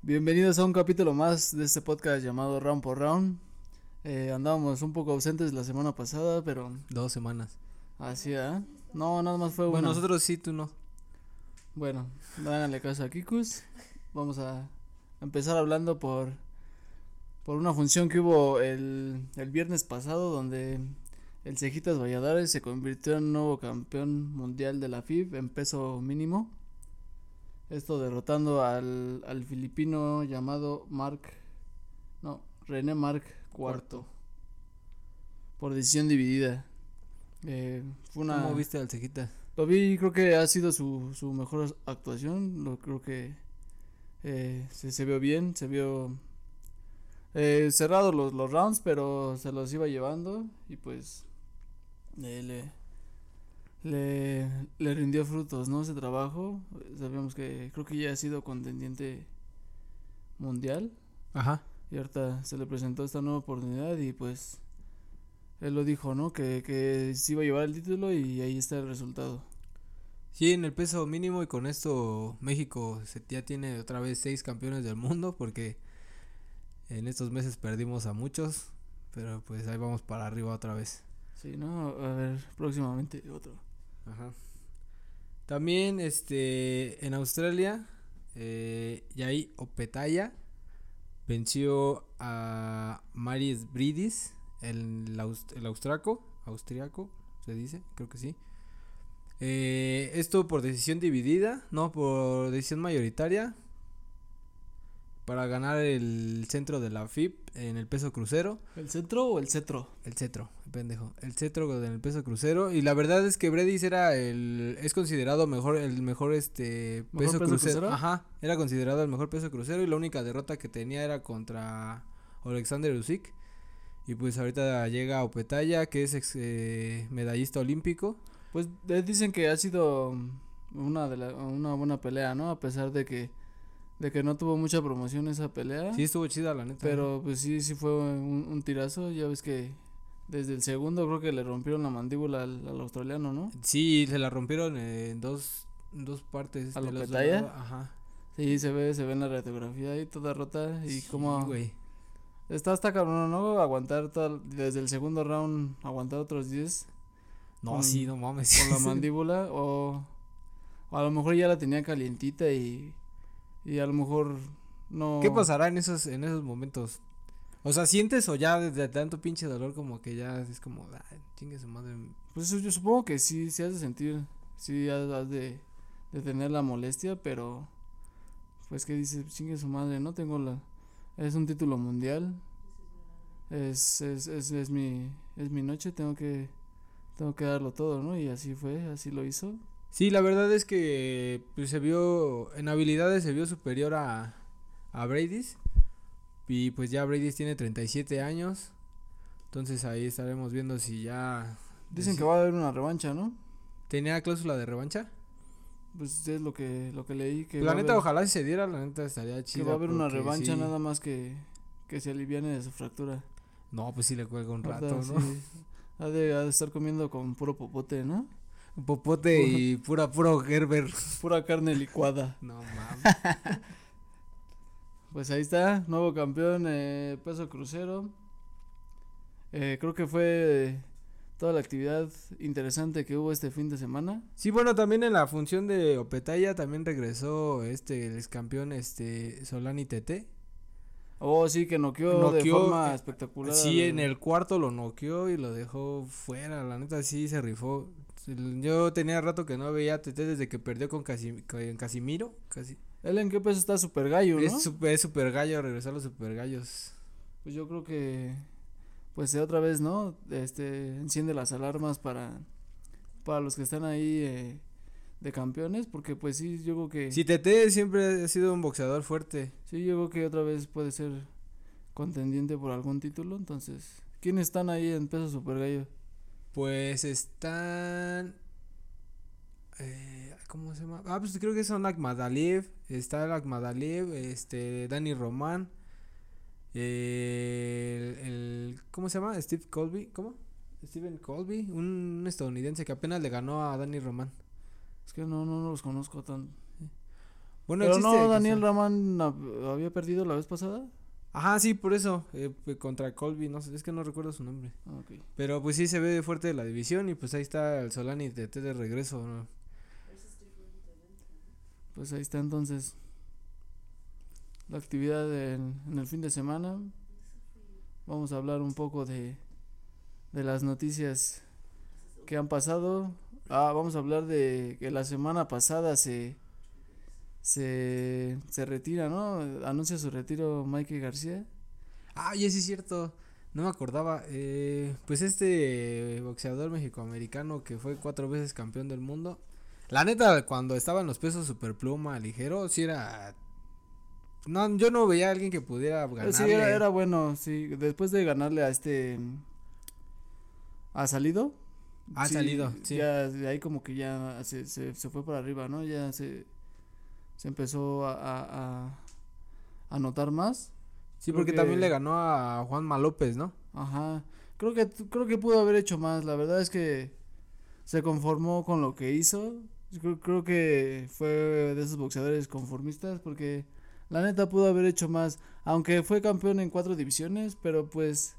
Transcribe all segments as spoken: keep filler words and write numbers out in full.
Bienvenidos a un capítulo más de este podcast llamado Round por Round. Eh, andábamos un poco ausentes la semana pasada, pero Dos semanas. así, ¿eh? No, nada más fue Bueno, una. nosotros sí, tú no. Bueno, háganle caso a Kikus. Vamos a empezar hablando por, por una función que hubo el, el viernes pasado, donde el Cejitas Valladares se convirtió en nuevo campeón mundial de la F I B en peso mínimo. Esto derrotando al, al filipino llamado Mark, no, René Mark cuarto, por decisión dividida. Eh, fue una. ¿Cómo viste al Cejitas? Lo vi, creo que ha sido su, su mejor actuación. Lo creo que eh, se, se vio bien, se vio eh, cerrados los, los rounds, pero se los iba llevando y pues eh, le, le, le rindió frutos, ¿no? Ese trabajo. Sabíamos que creo que ya ha sido contendiente mundial Ajá. y ahorita se le presentó esta nueva oportunidad y pues él lo dijo, ¿no? Que, que se iba a llevar el título y ahí está el resultado. Sí, en el peso mínimo y con esto México se, ya tiene otra vez seis campeones del mundo porque en estos meses perdimos a muchos, pero pues ahí vamos para arriba otra vez. Sí, ¿no? A ver, próximamente otro. Ajá. También este en Australia, eh, Yai Opetaya venció a Marius Bridis, el, aust el austraco, austriaco, se dice, creo que sí. Eh, esto por decisión dividida, no por decisión mayoritaria, para ganar el centro de la F I B en el peso crucero. ¿El centro o el cetro? El cetro, pendejo. El cetro en el peso crucero. Y la verdad es que Bredis era el. Es considerado mejor. El mejor este. ¿Mejor Peso, peso crucero. crucero? Ajá. Era considerado el mejor peso crucero. Y la única derrota que tenía era contra Alexander Usyk. Y pues ahorita llega Opetaya, que es ex, eh, medallista olímpico. Pues eh, dicen que ha sido una de la, una buena pelea, ¿no? A pesar de que de que no tuvo mucha promoción esa pelea. Sí, estuvo chida, la neta. Pero pues sí, sí fue un, un tirazo. Ya ves que desde el segundo creo que le rompieron la mandíbula al, al australiano, ¿no? Sí, se la rompieron en dos, dos partes. ¿A de la los Opetaya? dos lados. Ajá. Sí, se ve, se ve en la radiografía ahí toda rota. Y Sí, como güey. está hasta cabrón, ¿no? Aguantar todo, desde el segundo round, aguantar otros diez No, con, sí, no mames. con la mandíbula. O, o a lo mejor ya la tenía calientita y, y a lo mejor no. ¿Qué pasará en esos, en esos momentos? O sea, ¿sientes o ya de tanto pinche dolor como que ya es como, ay, chingue su madre? Pues eso yo supongo que sí, sí has de sentir, sí has, has de, de tener la molestia, pero pues que dices, chingue su madre, no tengo la, es un título mundial, es, es, es, es mi, es mi noche, tengo que, tengo que darlo todo, ¿no? Y así fue, así lo hizo. Sí, la verdad es que pues, se vio, en habilidades se vio superior a, a Bradis. Y pues ya Bradis tiene treinta y siete años. Entonces ahí estaremos viendo si ya... Dicen si que va a haber una revancha, ¿no? ¿Tenía cláusula de revancha? Pues es lo que, lo que leí, que La va a neta, haber, ojalá si se diera, la neta estaría que chida. va a haber una porque revancha sí. nada más que, que se aliviane de su fractura. No, pues sí le cuelga un Ahorita rato, ¿no? sí, ha de, ha de estar comiendo con puro popote, ¿no? Un popote y pura, puro Gerber. Pura carne licuada. No mames. Pues ahí está, nuevo campeón, eh, peso crucero. Eh, creo que fue toda la actividad interesante que hubo este fin de semana. Sí, bueno, también en la función de Opetaya también regresó este, el ex campeón, este, Solani Tete. Oh, sí, que noqueó de Noqueó, forma eh, espectacular. Sí, al- en el cuarto lo noqueó y lo dejó fuera, la neta sí se rifó. Yo tenía rato que no veía a Tete desde que perdió con, Casi, con Casimiro, casi. Él en qué peso está super gallo, ¿no? Es super, es super gallo, regresó a los super gallos. Pues yo creo que, pues eh, otra vez, ¿no? Este, enciende las alarmas para, para los que están ahí eh, de campeones, porque pues sí, yo creo que, Sí, Tete siempre ha sido un boxeador fuerte. sí, yo creo que otra vez puede ser contendiente por algún título, entonces, ¿quiénes están ahí en peso super gallo? Pues están... Eh, ¿Cómo se llama? Ah, pues creo que son Akhmadaliev. Está el Akhmadaliev, este, Danny Roman. Eh, el, el- ¿Cómo se llama? Steve Colby. ¿Cómo? Steven Colby, un estadounidense que apenas le ganó a Danny Roman. Es que no, no, no los conozco tan. Bueno, Pero existe. no, que Daniel sea- Ramán hab- había perdido la vez pasada. Ajá, sí, por eso. Eh, pues, contra Colby, no sé, es que no recuerdo su nombre. Ah, ok. Pero pues sí se ve fuerte de la división y pues ahí está el Solani de, de regreso, ¿no? Pues ahí está entonces la actividad en, en el fin de semana. Vamos a hablar un poco de, de las noticias que han pasado. Ah, vamos a hablar de que la semana pasada se se, se retira, ¿no? Anuncia su retiro Mikey García. Ah, y sí es cierto. No me acordaba. Eh, pues este boxeador mexicoamericano que fue cuatro veces campeón del mundo. La neta, cuando estaban los pesos superpluma ligero, sí era. No, yo no veía a alguien que pudiera Eh, ganarle. Sí, era, era bueno, sí. Después de ganarle a este. ¿Ha salido? Ha Sí, salido, sí. ya de ahí como que ya se, se, se fue para arriba, ¿no? Ya se, se empezó a, a, a, a notar más. Sí, creo porque que- también le ganó a Juanma López, ¿no? Ajá. Creo que, creo que pudo haber hecho más. La verdad es que se conformó con lo que hizo. Creo, creo que fue de esos boxeadores conformistas porque la neta pudo haber hecho más. Aunque fue campeón en cuatro divisiones, pero pues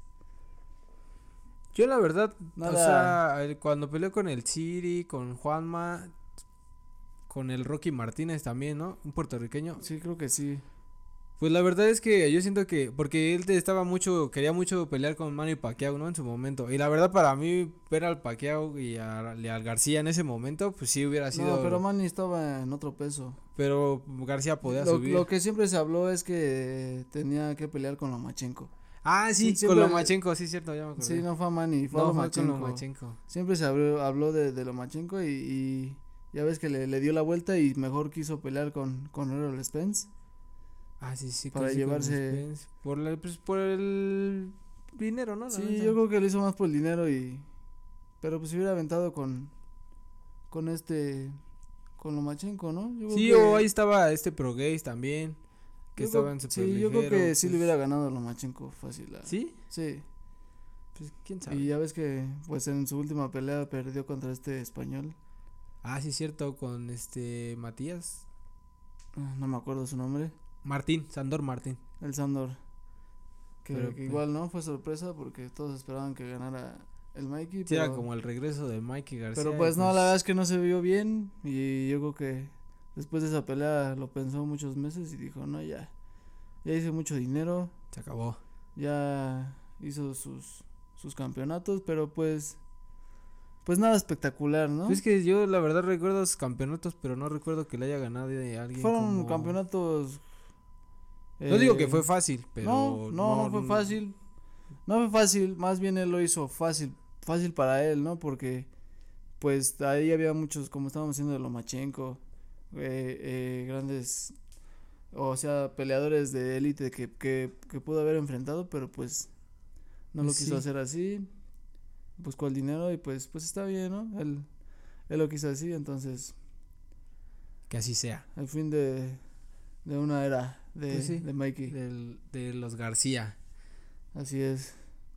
Yo la verdad, nada. o sea, el- cuando peleó con el Siri, con Juanma, con el Rocky Martínez también, ¿no? Un puertorriqueño. Sí, creo que sí. Pues la verdad es que yo siento que, porque él te estaba mucho, quería mucho pelear con Manny Pacquiao, ¿no? En su momento. Y la verdad para mí, ver al Pacquiao y a- y al García en ese momento, pues sí hubiera sido. No, pero Manny estaba en otro peso. pero García podía Lo, subir. lo que siempre se habló es que tenía que pelear con Lomachenko. Ah, sí, sí, con siempre- Lomachenko, sí, cierto, ya me acordé. Sí, no fue a Manny, fue a no, fue con Lomachenko. Lomachenko. Siempre se habló, habló de, de Lomachenko y, y ya ves que le, le dio la vuelta y mejor quiso pelear con, con Errol Spence. Ah, sí, sí. Para con- sí, con llevarse- Spence. Por, la- pues, por el dinero, ¿no? La Sí, neta. yo creo que lo hizo más por el dinero y... Pero pues se hubiera aventado con... Con este... Con Lomachenko, ¿no? Yo creo Sí, que- o ahí estaba este Pro Gays también, que yo estaba creo- en super Sí, yo creo que ligero, sí le pues, hubiera ganado Lomachenko fácil. la- ¿Sí? Sí. Pues quién sabe. Y ya ves que pues en su última pelea perdió contra este español. Ah, sí, cierto, con este Matías. Ah, No me acuerdo su nombre. Martín, Sandor Martín. El Sandor. Que, Pero, que pues, igual no fue sorpresa porque todos esperaban que ganara el Mikey. Sí, Pero, era como el regreso de Mikey García. pero y pues no, la verdad es que no se vio bien. Y yo creo que después de esa pelea lo pensó muchos meses y dijo, no, ya. Ya hice mucho dinero. Se acabó. Ya hizo sus, sus campeonatos. Pero pues... Pues nada espectacular, ¿no? Es que yo la verdad recuerdo sus campeonatos, pero no recuerdo que le haya ganado a alguien Fueron como- campeonatos... No digo que eh, fue fácil, pero... No, no, no fue fácil. No fue fácil, más bien él lo hizo fácil, fácil para él, ¿no? Porque pues ahí había muchos, como estábamos diciendo de Lomachenko, eh, eh, grandes, o sea, peleadores de élite que, que, que pudo haber enfrentado, pero pues no lo Pues quiso sí. hacer así, buscó el dinero y pues, pues está bien, ¿no? Él, él lo quiso así, entonces Que así sea. el fin de, de una era de, Pues sí. de Mikey. Del, de los García. Así es.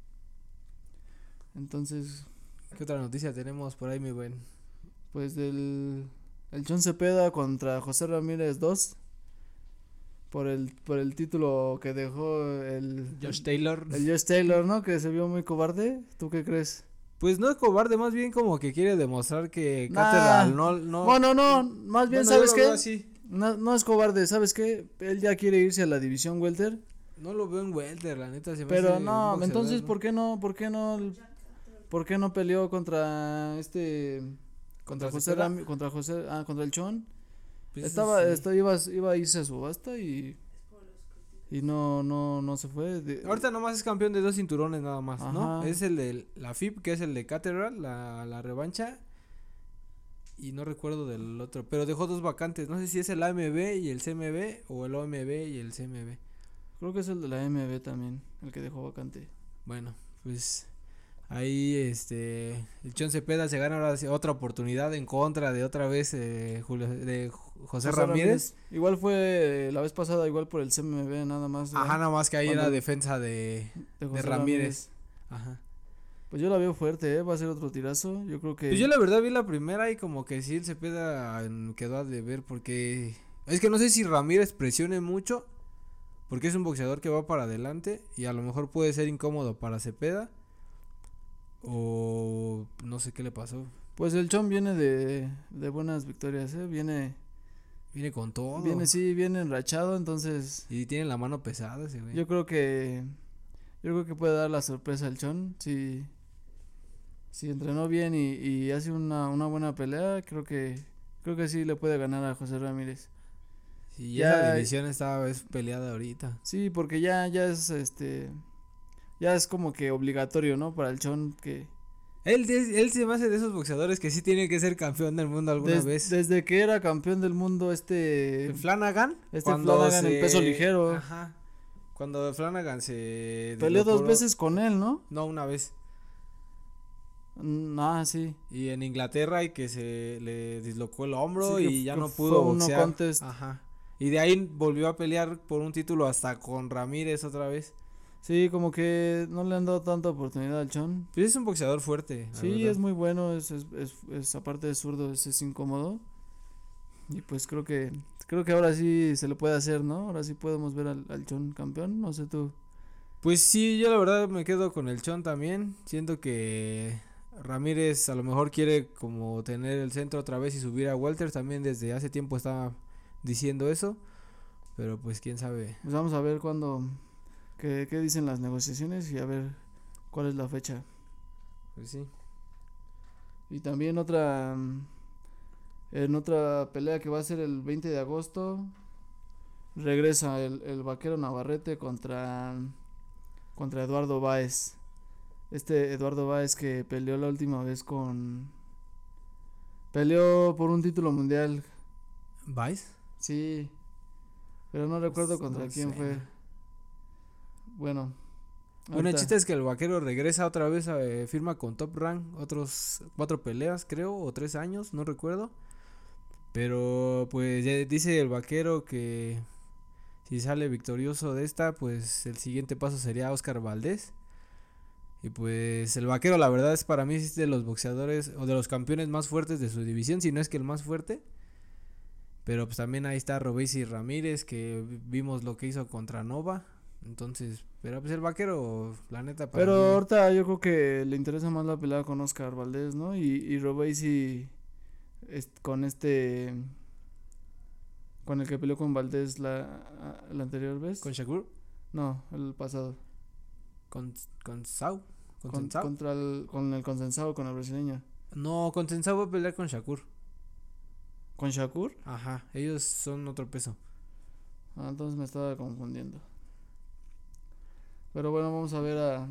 Entonces, ¿Qué otra noticia tenemos por ahí, mi buen? pues del el Chon Cepeda contra José Ramírez dos por el por el título que dejó el Josh Taylor. el Josh Taylor, ¿no? Que se vio muy cobarde. ¿Tú qué crees? Pues no es cobarde, más bien como que quiere demostrar que Nah. Caterhall no, no. Bueno, no, más bien, Bueno, yo ¿sabes lo qué? veo así. No, no es cobarde, ¿sabes qué? Él ya quiere irse a la división welter, No lo veo en welter, la neta. Se me pero hace un no, boxeador, entonces ¿no? ¿por qué no por qué no por qué no peleó contra este contra ¿Contra José Cepeda? Ram- contra José ah, contra el Chon? Pues Estaba, sí. esto iba, iba a irse a subasta y y no, no, no se fue. de- Ahorita nomás es campeón de dos cinturones nada más, ¿no? Ajá. Es el de la F I P, que es el de Caterhall, la, la revancha. Y no recuerdo del otro, pero dejó dos vacantes. No sé si es el A M B y el C M B o el O M B y el C M B. Creo que es el de la M B también, el que dejó vacante. Bueno, pues ahí este el Chon Cepeda se gana ahora sí otra oportunidad en contra de otra vez eh, Julio, de José, José Ramírez. Igual fue eh, la vez pasada, igual por el C M B nada más. Ajá, ¿verdad? nada más que ahí Cuando- era defensa de, de de Ramírez. Ajá. Pues yo la veo fuerte, ¿eh? Va a ser otro tirazo. Yo creo que. Pues yo la verdad vi la primera y como que sí el Cepeda mm, quedó a deber porque Es que no sé si Ramírez presione mucho, porque es un boxeador que va para adelante y a lo mejor puede ser incómodo para Cepeda. O no sé qué le pasó. Pues el Chon viene de, de buenas victorias, ¿eh? Viene, Viene con todo. viene, sí, viene enrachado, entonces Y tiene la mano pesada ese güey. yo creo que, yo creo que puede dar la sorpresa al Chon, si, si entrenó bien y, y hace una, una buena pelea, creo que, creo que sí le puede ganar a José Ramírez. Sí, Ya- esa división estaba es peleada ahorita. Sí, porque ya, ya es, este, ya es como que obligatorio, ¿no? Para el Chon que Él, es- él se me hace de esos boxeadores que sí tiene que ser campeón del mundo alguna des- vez. desde que era campeón del mundo este, Flanagan. este cuando Flanagan en se- peso ligero. Ajá. Cuando Flanagan se peleó dos deslocó- veces con él, ¿no? No, una vez. Mm, Ah, sí. Y en Inglaterra y que se le dislocó el hombro Sí, que y f- ya que no fue pudo un no boxear. contest. Ajá. Y de ahí volvió a pelear por un título hasta con Ramírez otra vez. Sí, como que no le han dado tanta oportunidad al Chon. Pues es un boxeador fuerte. la Sí, verdad. es muy bueno, es, es, es, es- aparte de zurdo, es, es incómodo. Y pues creo que creo que ahora sí se le puede hacer, ¿no? Ahora sí podemos ver al, al Chon campeón, no sé tú. Pues sí, yo la verdad me quedo con el Chon también. Siento que Ramírez a lo mejor quiere como tener el centro otra vez y subir a Walters. También desde hace tiempo estaba diciendo eso. Pero pues quién sabe. Pues vamos a ver cuándo, qué, qué dicen las negociaciones y a ver cuál es la fecha. Pues sí. Y también otra, mm, en otra pelea que va a ser el veinte de agosto, regresa el, el vaquero Navarrete contra, contra Eduardo Báez. Este Eduardo Báez que peleó la última vez con... Peleó por un título mundial, ¿Vice? sí, pero no recuerdo Pues, contra no quién sé. fue. Bueno, Bueno, el ahorita- chiste es que el vaquero regresa otra vez, a, eh, firma con Top Rank otros cuatro peleas, creo, o tres años, no recuerdo. Pero pues ya dice el vaquero que si sale victorioso de esta, pues el siguiente paso sería Oscar Valdés. Y pues el vaquero, la verdad es para mí es de los boxeadores o de los campeones más fuertes de su división, si no es que el más fuerte. Pero pues también ahí está Robesi Ramírez, que vimos lo que hizo contra Nova. Entonces, pero pues el vaquero, la neta, para Pero mí- ahorita yo creo que le interesa más la pelea con Oscar Valdés, ¿no? Y, y Robesi es- con este... Con el que peleó con Valdés la, a- la anterior vez. con Shakur, No, el pasado. con, con Sau, con, Con, Sensao. contra el, con el consensado, con el brasileño. No, con Sensao va a pelear con Shakur. ¿Con Shakur? Ajá, ellos son otro peso. Ah, entonces me estaba confundiendo. Pero bueno, vamos a ver a...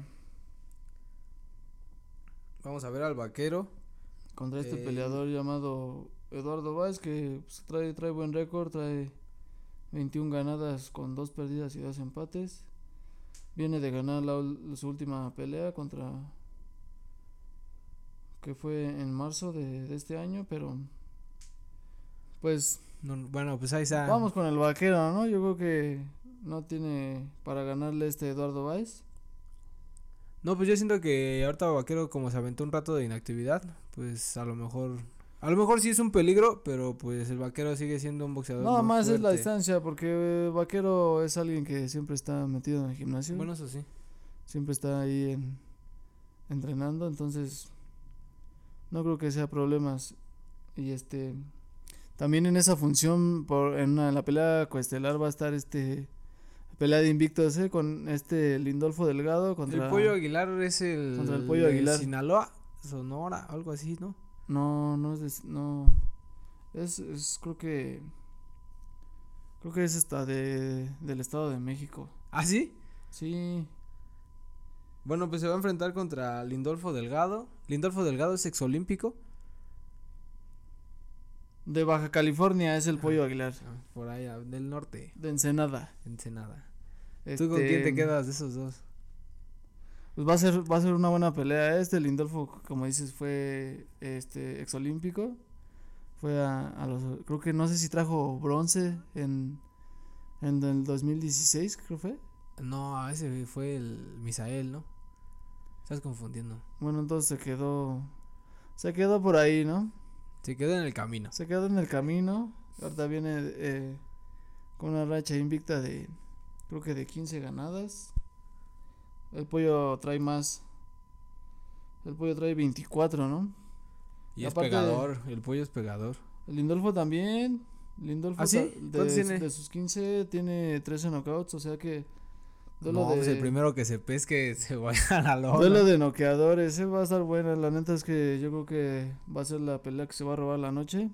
Vamos a ver al vaquero. Contra este Eh, peleador llamado Eduardo Vázquez, que pues, trae, trae buen récord, trae veintiuna ganadas con dos perdidas y dos empates. Viene de ganar la, ul- su última pelea contra... que fue en marzo de, de este año, pero... Pues No, bueno, pues ahí está. vamos con el vaquero, ¿no? Yo creo que no tiene para ganarle este Eduardo Vázquez. No, pues yo siento que ahorita vaquero como se aventó un rato de inactividad, pues a lo mejor, a lo mejor sí es un peligro, pero pues el vaquero sigue siendo un boxeador. Nada muy más es la fuerte. distancia, porque eh, vaquero es alguien que siempre está metido en el gimnasio. Bueno, eso sí. Siempre está ahí en, entrenando, entonces no creo que sea problemas. Y este también en esa función por en, una, en la pelea coestelar va a estar este pelea de invictos, ¿eh? Con este Lindolfo Delgado contra El Pollo Aguilar es el contra el Pollo de Aguilar. Sinaloa, Sonora, algo así, ¿no? no no es de- no es, es creo que creo que es esta de del Estado de México. ¿Ah, sí? Sí, Bueno, pues se va a enfrentar contra Lindolfo Delgado. Lindolfo Delgado es exolímpico. de Baja California es el Pollo Aguilar, Ah, por allá, del norte, de Ensenada. Ensenada. ¿Tú con Este, quién te quedas de esos dos? Pues va a ser, va a ser una buena pelea. Este Lindolfo, como dices, fue este exolímpico. Fue a, a los, creo que no sé si trajo bronce en, en el dos mil dieciséis, creo fue. No, ese fue el Misael, ¿no? Estás confundiendo. Bueno, entonces se quedó, se quedó por ahí, ¿no? Se quedó en el camino. Se quedó en el camino. Ahorita viene eh, con una racha invicta de, creo que de quince ganadas. El pollo trae más. El pollo trae veinticuatro, ¿no? Y, Y es aparte, pegador, el pollo es pegador. el Lindolfo también. Lindolfo ¿Ah, sí? ta- ¿Cuántos de, tiene? de sus quince tiene trece knockouts, o sea que duelo No, de pues el primero que se pesque se vaya a la lona. duelo de noqueadores, ese va a estar buena. La neta es que yo creo que va a ser la pelea que se va a robar la noche.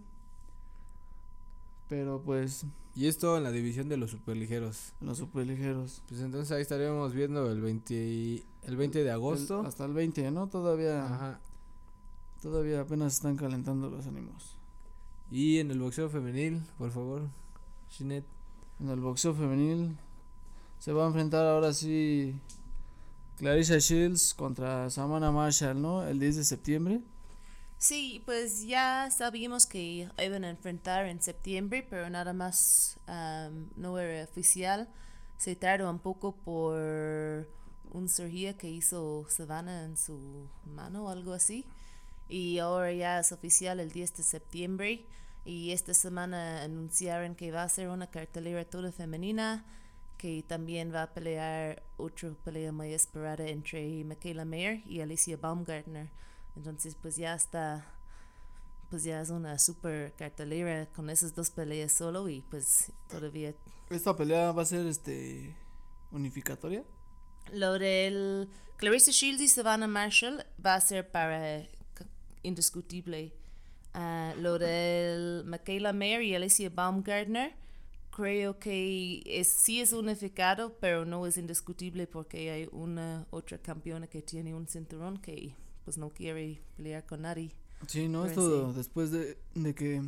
Pero pues Y esto en la división de los superligeros. en los superligeros. Pues entonces ahí estaremos viendo el veinte, el veinte de agosto. El- hasta el veinte, ¿no? Todavía Ajá. todavía apenas están calentando los ánimos. Y en el boxeo femenil, por favor, Shinet. En el boxeo femenil se va a enfrentar ahora sí Clarissa Shields contra Savannah Marshall, ¿no? El diez de septiembre. Sí, pues ya sabíamos que iban a enfrentar en septiembre, pero nada más um, no era oficial. Se tardó un poco por un cirugía que hizo Savannah en su mano o algo así. Y ahora ya es oficial el diez de septiembre. Y esta semana anunciaron que va a ser una cartelera toda femenina, que también va a pelear otra pelea muy esperada entre Michaela Mayer y Alicia Baumgartner. Entonces pues ya está, pues ya es una super cartelera con esas dos peleas solo y pues todavía Esta pelea va a ser este unificatoria. lo del Clarissa Shields y Savannah Marshall va a ser para indiscutible. Uh, lo del Michaela Mayer y Alicia Baumgartner creo que es, sí es unificado, pero no es indiscutible porque hay una otra campeona que tiene un cinturón que pues no quiere pelear con nadie. Sí, no, Pero esto sí. después de, de que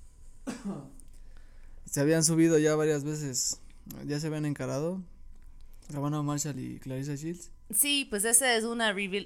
se habían subido ya varias veces, ya se habían encarado Savannah Marshall y Clarissa Shields. Sí, pues esa es una rival,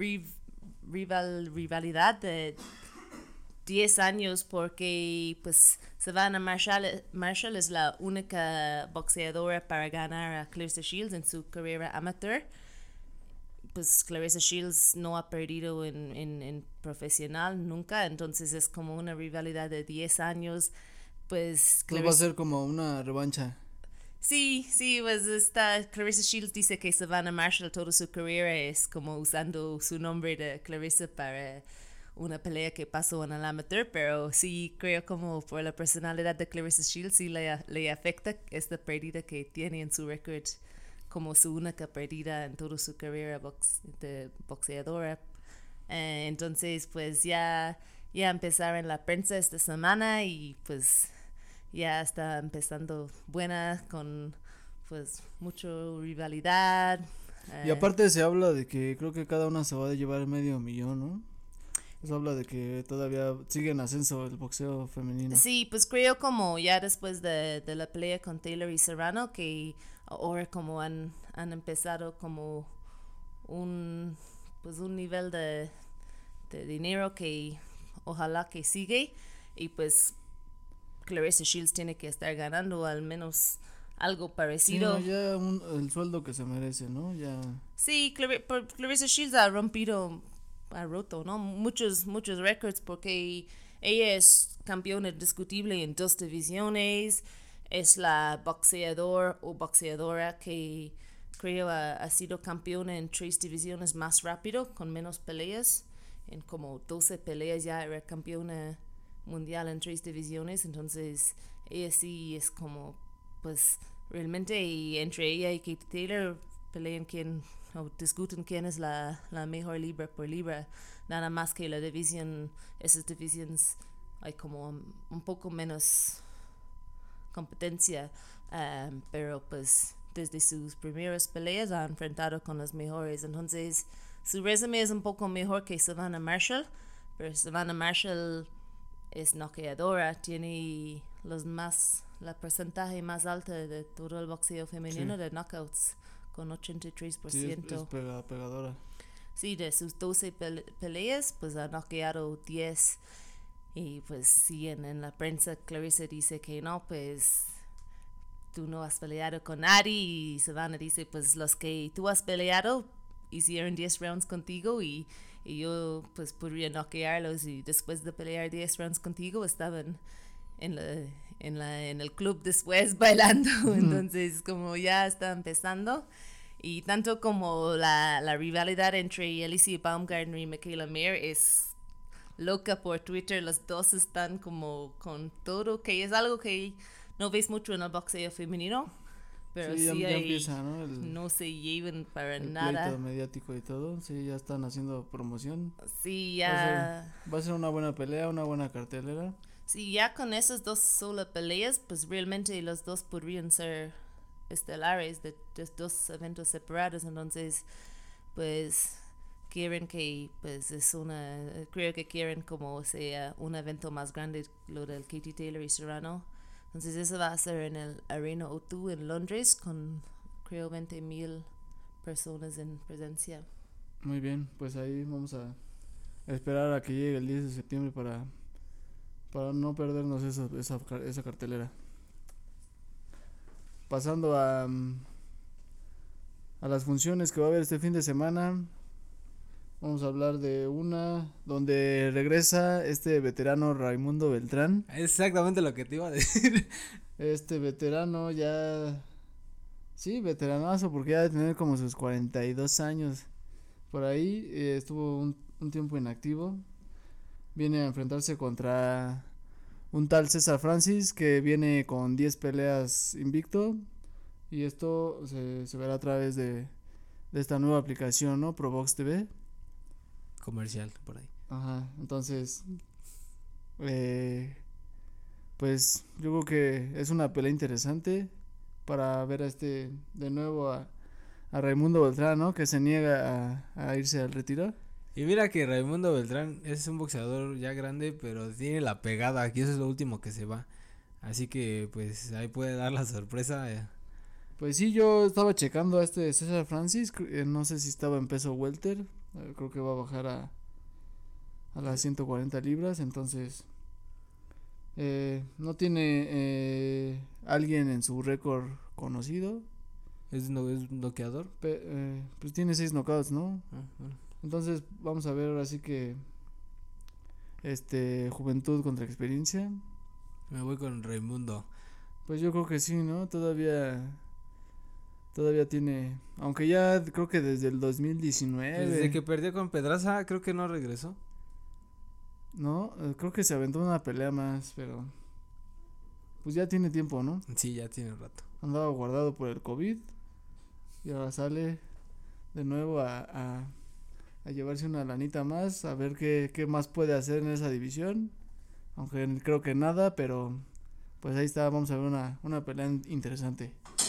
rival, rivalidad de diez años porque pues Savannah Marshall, Marshall es la única boxeadora para ganar a Clarissa Shields en su carrera amateur. Pues Clarissa Shields no ha perdido en, en, en profesional nunca, entonces es como una rivalidad de diez años. Pues Pues va a ser como una revancha. Sí, sí, pues está, Clarissa Shields dice que Savannah Marshall toda su carrera es como usando su nombre de Clarissa para una pelea que pasó en el amateur, pero sí creo como por la personalidad de Clarissa Shields sí le, le afecta esta pérdida que tiene en su récord como su única pérdida en toda su carrera box, de boxeadora. Eh, entonces pues ya, ya empezaron la prensa esta semana y pues ya está empezando buena con pues mucha rivalidad. Y Eh, aparte se habla de que creo que cada una se va a llevar medio millón, ¿no? Se habla de que todavía sigue en ascenso el boxeo femenino. Sí, pues creo como ya después de, de la pelea con Taylor y Serrano que ahora como han, han empezado como un pues un nivel de, de dinero que ojalá que sigue y pues Clarissa Shields tiene que estar ganando al menos algo Sí, parecido. no, ya un, el sueldo que se merece, ¿no? Ya. Sí, Clar- por- Clarissa Shields ha rompido, ha roto, ¿no? Muchos, muchos récords porque ella es campeona indiscutible en dos divisiones, es la boxeador o boxeadora que creo ha, ha sido campeona en tres divisiones más rápido, con menos peleas. En como doce peleas ya era campeona mundial en tres divisiones, entonces ella sí es como, pues realmente y entre ella y Katie Taylor pelean quién o discuten quién es la, la mejor libra por libra, nada más que la división, esas divisiones hay como un, un poco menos competencia, um, pero pues desde sus primeras peleas ha enfrentado con las mejores, entonces su resumen es un poco mejor que Savannah Marshall, pero Savannah Marshall es noqueadora, tiene los más, la porcentaje más alta de todo el boxeo femenino Sí. de knockouts con ochenta y tres por Sí, es, ciento. es pega- pegadora. Sí, de sus doce pele- peleas, pues ha noqueado diez. Y pues sí, en, en la prensa Clarissa dice que no, pues tú no has peleado con nadie. Y Savannah dice, pues los que tú has peleado hicieron diez rounds contigo y, y yo pues podría noquearlos. Y después de pelear diez rounds contigo estaban en la, en, la, en el club después bailando. Entonces, como ya está empezando. Y tanto como la, la rivalidad entre Alicia Baumgartner y Michaela Mayer es loca por Twitter. Los dos están como con todo, que es algo que no ves mucho en el boxeo femenino. Pero sí, sí, ya, hay, ya empieza, ¿no? El, no se llevan para el nada. pleito mediático y todo, sí, ya están haciendo promoción. Sí, Va a ya. ser, va a ser una buena pelea, una buena cartelera. Sí, ya con esas dos solo peleas, pues realmente los dos podrían ser estelares de, de dos eventos separados. Entonces, pues quieren que, pues es una, creo que quieren como sea un evento más grande, lo del Katie Taylor y Serrano. Entonces eso va a ser en el Arena O dos en Londres con creo veinte mil personas en presencia. Muy bien, pues ahí vamos a esperar a que llegue el diez de septiembre para, para no perdernos esa, esa, esa cartelera. Pasando a, a las funciones que va a haber este fin de semana, vamos a hablar de una donde regresa este veterano Raimundo Beltrán. Exactamente lo que te iba a decir. Este veterano ya, sí, veteranazo, porque ya debe tener como sus cuarenta y dos años. Por ahí eh, estuvo un, un tiempo inactivo. Viene a enfrentarse contra un tal César Francis que viene con diez peleas invicto. Y esto se, se verá a través de, de esta nueva aplicación, ¿no? Probox T V. Comercial, por ahí. Ajá, entonces, eh, pues yo creo que es una pelea interesante para ver a este, de nuevo a, a Raimundo Beltrán, ¿no? Que se niega a, a irse al retiro. Y mira que Raimundo Beltrán es un boxeador ya grande, pero tiene la pegada, aquí eso es lo último que se va. Así que pues ahí puede dar la sorpresa. Eh. Pues sí, yo estaba checando a este César Francis, eh, no sé si estaba en peso welter, eh, creo que va a bajar a, a las ciento cuarenta libras, entonces eh, no tiene eh, alguien en su récord conocido. Es, no, es un noqueador. Pe, eh, pues tiene seis knockouts, ¿no? Ah, bueno. Entonces vamos a ver ahora sí que este juventud contra experiencia. Me voy con Raimundo. Pues yo creo que sí, ¿no? Todavía todavía tiene, aunque ya creo que desde el dos mil diecinueve. Desde que perdió con Pedraza creo que no regresó. No, eh, creo que se aventó una pelea más, pero pues ya tiene tiempo, ¿no? Sí, ya tiene un rato. Andaba guardado por el COVID y ahora sale de nuevo a, a, a llevarse una lanita más, a ver qué, qué más puede hacer en esa división, aunque creo que nada, pero pues ahí está, vamos a ver una, una pelea interesante.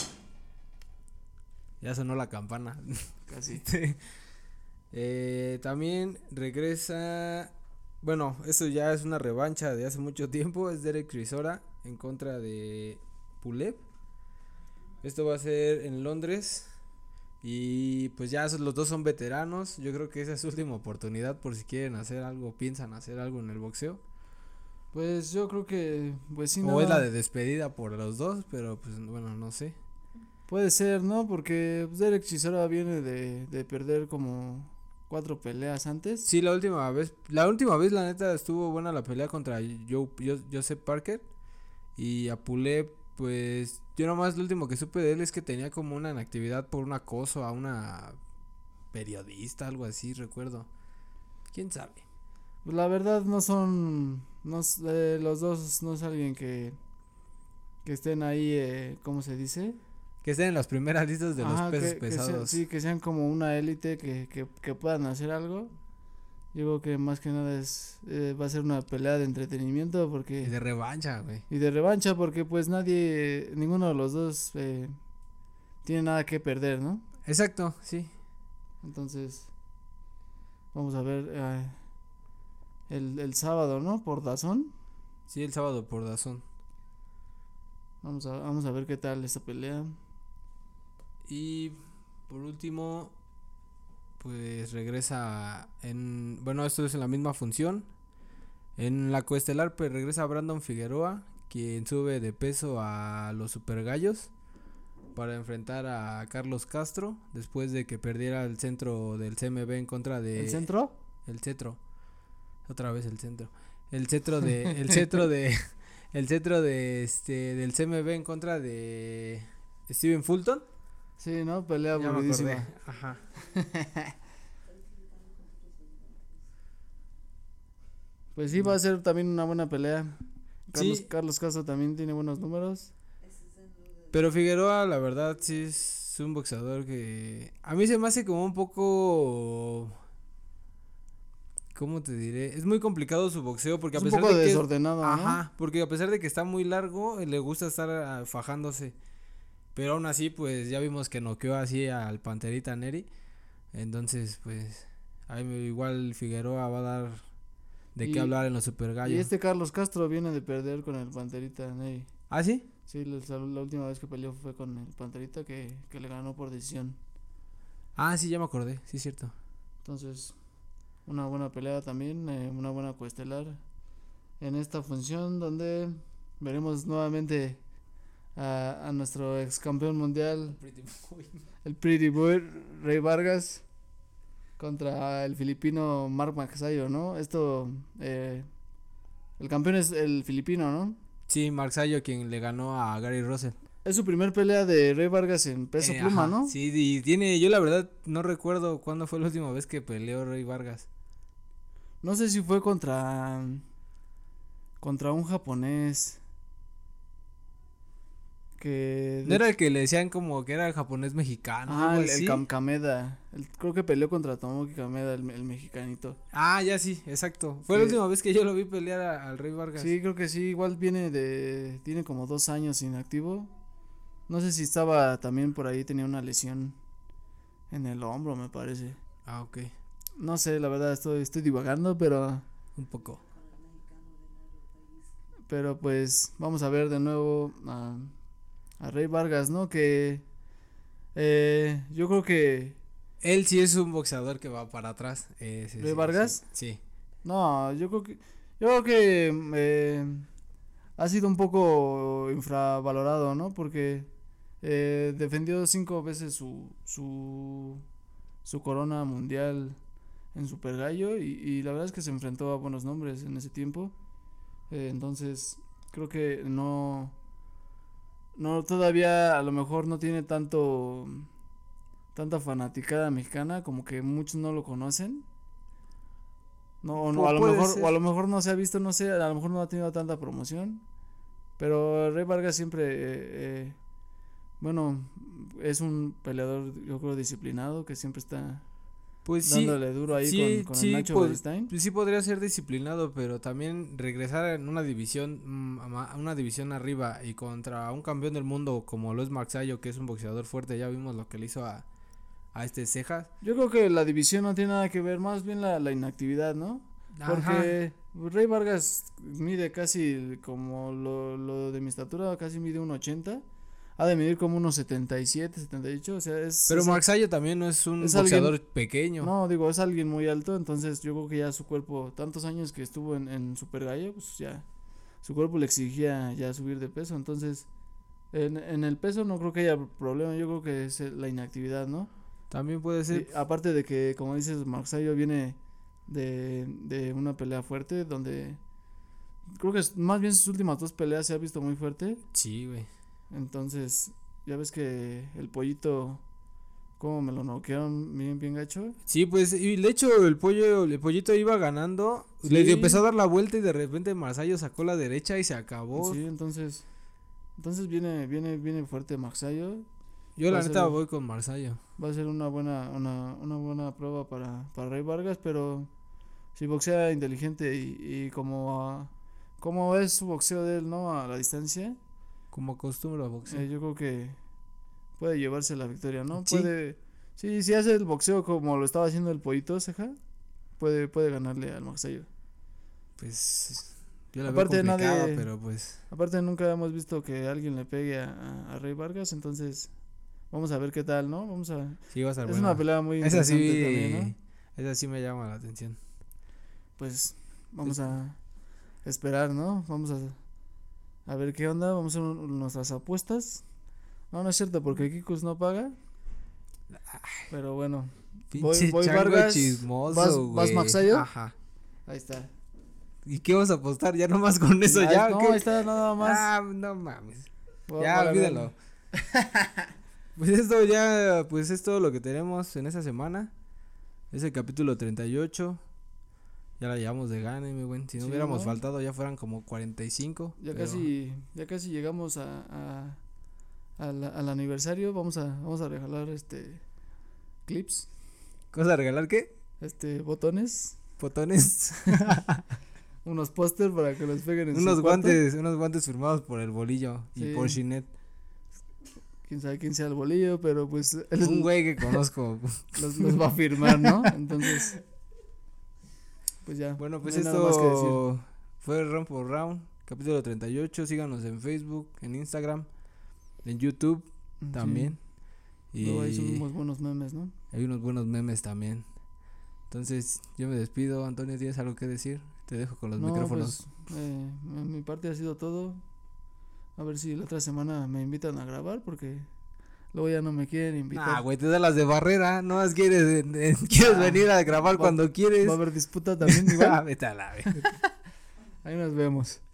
Ya sonó la campana. Casi. eh, también regresa, bueno, eso ya es una revancha de hace mucho tiempo, es Derek Chisora en contra de Pulev. Esto va a ser en Londres y pues ya los dos son veteranos, yo creo que esa es su última oportunidad por si quieren hacer algo, piensan hacer algo en el boxeo. Pues yo creo que, pues sí, O no, es la de despedida por los dos, pero pues bueno, no sé. puede ser, ¿no? Porque pues, Derek Chisora viene de, de perder como cuatro peleas antes. Sí, la última vez, la última vez la neta estuvo buena la pelea contra Joe, Joseph Parker y a Pulev, pues yo nomás lo último que supe de él es que tenía como una inactividad por un acoso a una periodista, algo así, recuerdo. ¿Quién sabe? Pues la verdad no son, no, eh, los dos no es alguien que, que estén ahí, eh, ¿cómo se dice? Que estén en las primeras listas de Ajá, los pesos que, que pesados. sean, sí, que sean como una élite que, que, que puedan hacer algo. Yo creo que más que nada es, eh, va a ser una pelea de entretenimiento porque... Y de revancha, güey. Y de revancha porque pues nadie, ninguno de los dos eh, tiene nada que perder, ¿no? Exacto, sí. Entonces, vamos a ver eh, el, el sábado, ¿no? Por DAZN. Sí, el sábado por DAZN. Vamos a, vamos a ver qué tal esta pelea. Y por último, pues regresa en, bueno, esto es en la misma función. En la coestelar pues regresa Brandon Figueroa, quien sube de peso a los Super Gallos para enfrentar a Carlos Castro después de que perdiera el centro del C M B en contra de ¿El centro? El cetro. Otra vez el centro. El cetro de el cetro de el cetro de este del C M B en contra de Steven Fulton. Sí, ¿no? Pelea Ya me aburridísima. acordé. Ajá. Pues sí, va a ser también una buena pelea. Carlos, Sí. Carlos Castro también tiene buenos números. Pero Figueroa, la verdad, sí es un boxeador que a mí se me hace como un poco, ¿cómo te diré? Es muy complicado su boxeo porque Es a un pesar poco de que es- desordenado, ¿no? ajá, porque a pesar de que está muy largo, le gusta estar ah, fajándose. Pero aún así, pues ya vimos que noqueó así al Panterita Neri. Entonces, pues ahí me- igual Figueroa va a dar de Y- qué hablar en los Super Y Gallos. este Carlos Castro viene de perder con el Panterita Ney. ¿Ah, sí? Sí, la, la última vez que peleó fue con el Panterita que, que le ganó por decisión. Ah, sí, ya me acordé, sí es cierto. Entonces, una buena pelea también, eh, una buena coestelar en esta función donde veremos nuevamente a, a nuestro ex campeón mundial, el Pretty Boy Rey Vargas, contra el filipino Mark Magsayo, ¿no? Esto, eh, el campeón es el filipino, ¿no? Sí, Marzayo quien le ganó a Gary Russell. Es su primer pelea de Rey Vargas en peso Eh, pluma, ajá, ¿no? Sí, y tiene, yo la verdad no recuerdo cuándo fue la última vez que peleó Rey Vargas. No sé si fue contra contra un japonés que No era el que le decían como que era el japonés mexicano. ah, algo el, el así? Kam- Kameda. El- creo que peleó contra Tomoki Kameda, el, el mexicanito. Ah, ya sí, exacto. Fue la Sí. última vez que yo lo vi pelear a- al Rey Vargas. Sí, creo que sí, igual viene de tiene como dos años inactivo. No sé si estaba también por ahí, tenía una lesión en el hombro, me parece. Ah, ok, No sé, la verdad estoy estoy divagando, pero un poco. pero pues vamos a ver de nuevo a, a Rey Vargas, ¿no? Que eh, yo creo que Él sí es un boxeador que va para atrás. Eh, sí, ¿Rey sí, Vargas? Sí. sí. no, yo creo que yo creo que eh, ha sido un poco infravalorado, ¿no? Porque eh, defendió cinco veces su su su corona mundial en Super Gallo y, y la verdad es que se enfrentó a buenos nombres en ese tiempo. Eh, entonces creo que no no todavía a lo mejor no tiene tanto tanta fanaticada mexicana, como que muchos no lo conocen. No, o no, Pu- a lo puede mejor ser. o a lo mejor no se ha visto, no sé, a lo mejor no ha tenido tanta promoción, pero Rey Vargas siempre eh, eh, bueno, es un peleador yo creo disciplinado que siempre está Pues sí. dándole duro ahí sí, con, con sí, el Nacho pues, Beristain. pues sí podría ser disciplinado, pero también regresar en una división, mm, a ma- a una división arriba y contra un campeón del mundo como lo es Marzayo, que es un boxeador fuerte, ya vimos lo que le hizo a, a este Cejas. Yo creo que la división no tiene nada que ver, más bien la, la inactividad, ¿no? Porque Rey Vargas mide casi como lo, lo de mi estatura, casi mide uno ochenta. Ha de medir como unos setenta y siete, setenta y ocho, o sea, es... Pero es- Marzayo también no es un es boxeador alguien- pequeño. No, digo, es alguien muy alto, entonces yo creo que ya su cuerpo, tantos años que estuvo en, en Super Gallo, pues ya su cuerpo le exigía ya subir de peso, entonces en, en el peso no creo que haya problema, yo creo que es eh, la inactividad, ¿no? También puede ser. Y aparte de que, como dices, Marzayo viene de, de una pelea fuerte, donde creo que es- más bien sus últimas dos peleas se ha visto muy fuerte, Sí, güey. entonces ya ves que el pollito, como me lo noquearon bien, bien gacho. Sí, pues, y de hecho el pollo, el pollito iba ganando, le Sí. empezó a dar la vuelta y de repente Marzayo sacó la derecha y se acabó. Sí, entonces, entonces viene, viene, viene fuerte Maxayo. Yo va la a neta ser- voy con Marzayo. Va a ser una buena, una, una buena prueba para, para Rey Vargas, pero si boxea inteligente y, y como, ah, como es su boxeo de él, ¿no? A la distancia, Como acostumbro a boxeo. eh, yo creo que puede llevarse la victoria, ¿no? Sí. Puede, sí, si hace el boxeo como lo estaba haciendo el pollito Ceja, puede, puede ganarle al Maxayo. Pues yo la Aparte, veo complicada, nadie- pero pues Aparte nunca hemos visto que alguien le pegue a, a- a Rey Vargas, entonces vamos a ver qué tal, ¿no? Vamos a... sí va a estar Es buena. una pelea muy Esa sí, interesante también, ¿no? esa sí me llama la atención. Pues vamos a esperar, ¿no? Vamos a, a ver qué onda, vamos a hacer un- nuestras apuestas. No, no es cierto, porque Kikus no paga. Pero bueno, Voy- Pinche voy chango Vargas, chismoso, vas- vas güey. Maxayo. Ajá. ahí está. ¿Y qué vamos a apostar? Ya nomás con eso Ah, ya. no, ¿qué? ahí está nada más. Ah, no mames. Voy a- Ya, voy a ver. olvídalo. Pues esto ya, pues es todo lo que tenemos en esta semana. Es el capítulo treinta y ocho. Ya la llevamos de gane, mi buen. Si no Sí, hubiéramos ¿no? faltado ya fueran como cuarenta y cinco. Ya pero- casi, ya casi llegamos a, a al, al aniversario. Vamos a, vamos a regalar este clips, ¿Qué vas a regalar qué? este botones, Botones. unos póster para que los peguen en su unos cuarto. guantes, unos guantes firmados por el bolillo y Sí. por Shinet. Quién sabe quién sea el bolillo, pero pues él Un güey que conozco. los, los va a firmar, ¿no? Entonces, pues ya. Bueno, pues no hay nada más que decir. esto fue Round por Round, capítulo treinta y ocho. Síganos en Facebook, en Instagram, en YouTube Sí. también. Luego ahí Y subimos buenos memes, ¿no? hay unos buenos memes también. Entonces, yo me despido. Antonio, ¿tienes algo que decir? Te dejo con los No, micrófonos. pues, eh, en mi parte ha sido todo. A ver si la otra semana me invitan a grabar porque luego ya no me quieren invitar. Ah, güey, te da las de barrera. No más quieres, eh, eh, quieres Ah, venir a grabar va- cuando quieres. Va a haber disputa también igual. Ah, vete a la vez. Ahí nos vemos.